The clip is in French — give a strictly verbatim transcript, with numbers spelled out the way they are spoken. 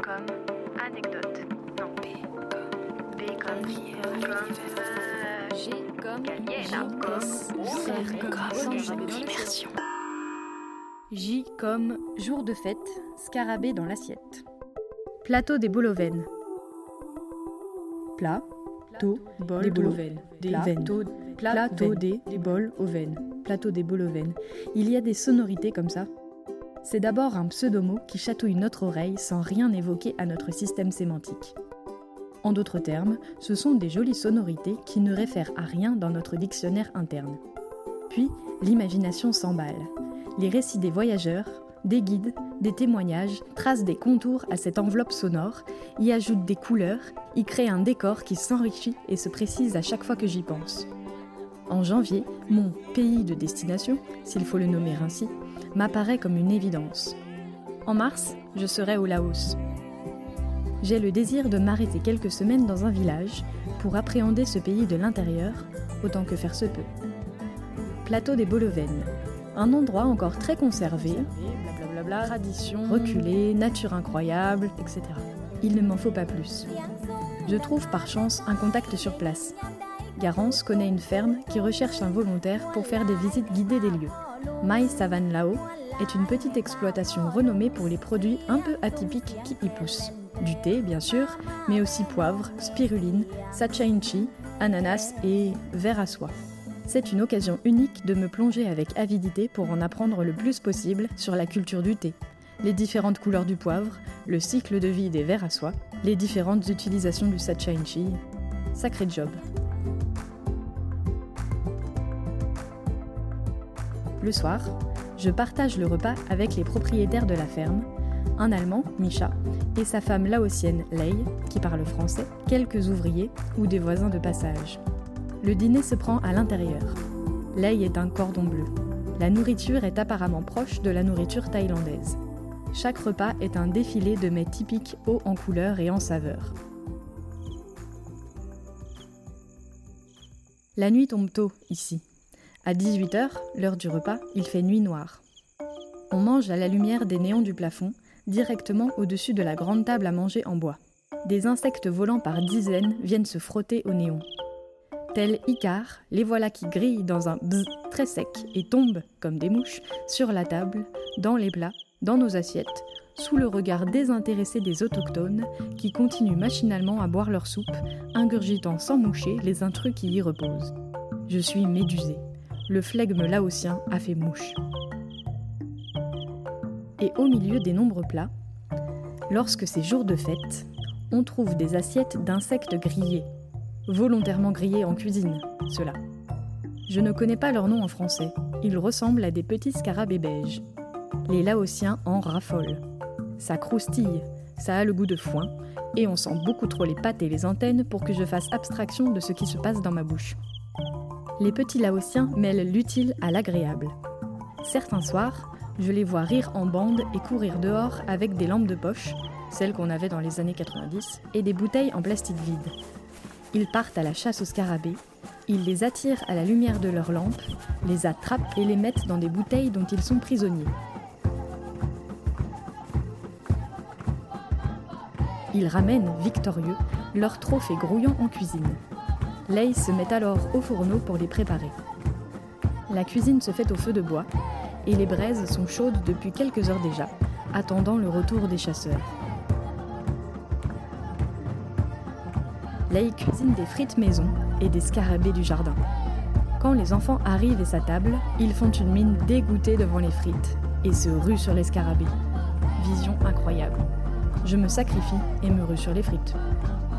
comme anecdote. Non, B comme B comme comme euh, G comme Galiena, comme R comme immersion. J comme jour de fête, scarabée dans l'assiette. Plateau des bolovènes. Plat, to, bol, des bolovènes. Plateau, plateau des, des bols au veines. Plateau des bolovènes. Il y a des sonorités comme ça. C'est d'abord un pseudomot qui chatouille notre oreille sans rien évoquer à notre système sémantique. En d'autres termes, ce sont des jolies sonorités qui ne réfèrent à rien dans notre dictionnaire interne. Puis, l'imagination s'emballe. Les récits des voyageurs, des guides, des témoignages tracent des contours à cette enveloppe sonore, y ajoutent des couleurs, y créent un décor qui s'enrichit et se précise à chaque fois que j'y pense. En janvier, mon pays de destination, s'il faut le nommer ainsi, m'apparaît comme une évidence. En mars, je serai au Laos. J'ai le désir de m'arrêter quelques semaines dans un village pour appréhender ce pays de l'intérieur, autant que faire se peut. Plateau des Bolovènes, un endroit encore très conservé, blablabla, tradition, reculé, nature incroyable, et cetera. Il ne m'en faut pas plus. Je trouve par chance un contact sur place. Garance connaît une ferme qui recherche un volontaire pour faire des visites guidées des lieux. My Savane Lao est une petite exploitation renommée pour les produits un peu atypiques qui y poussent. Du thé, bien sûr, mais aussi poivre, spiruline, sachainchi, ananas et verre à soie. C'est une occasion unique de me plonger avec avidité pour en apprendre le plus possible sur la culture du thé, les différentes couleurs du poivre, le cycle de vie des verres à soie, les différentes utilisations du sachainchi. Sacré job. Le soir, je partage le repas avec les propriétaires de la ferme, un Allemand, Misha, et sa femme laotienne, Lei, qui parle français, quelques ouvriers ou des voisins de passage. Le dîner se prend à l'intérieur. Lei est un cordon bleu. La nourriture est apparemment proche de la nourriture thaïlandaise. Chaque repas est un défilé de mets typiques hauts en couleur et en saveur. La nuit tombe tôt, ici. À dix-huit heures, l'heure du repas, il fait nuit noire. On mange à la lumière des néons du plafond, directement au-dessus de la grande table à manger en bois. Des insectes volants par dizaines viennent se frotter au néon. Tels Icare, les voilà qui grillent dans un bzz très sec et tombent, comme des mouches, sur la table, dans les plats, dans nos assiettes, sous le regard désintéressé des autochtones qui continuent machinalement à boire leur soupe, ingurgitant sans moucher les intrus qui y reposent. Je suis médusée. Le flegme laotien a fait mouche. Et au milieu des nombreux plats, lorsque c'est jour de fête, on trouve des assiettes d'insectes grillés, volontairement grillés en cuisine, ceux-là. Je ne connais pas leur nom en français, ils ressemblent à des petits scarabées beiges. Les Laotiens en raffolent. Ça croustille, ça a le goût de foin, et on sent beaucoup trop les pattes et les antennes pour que je fasse abstraction de ce qui se passe dans ma bouche. Les petits Laotiens mêlent l'utile à l'agréable. Certains soirs, je les vois rire en bande et courir dehors avec des lampes de poche, celles qu'on avait dans les années quatre-vingt-dix, et des bouteilles en plastique vide. Ils partent à la chasse aux scarabées, ils les attirent à la lumière de leurs lampes, les attrapent et les mettent dans des bouteilles dont ils sont prisonniers. Ils ramènent, victorieux, leurs trophées grouillants en cuisine. Lei se met alors au fourneau pour les préparer. La cuisine se fait au feu de bois, et les braises sont chaudes depuis quelques heures déjà, attendant le retour des chasseurs. Lei cuisine des frites maison et des scarabées du jardin. Quand les enfants arrivent et s'attablent, ils font une mine dégoûtée devant les frites et se ruent sur les scarabées. Vision incroyable. Je me sacrifie et me rue sur les frites.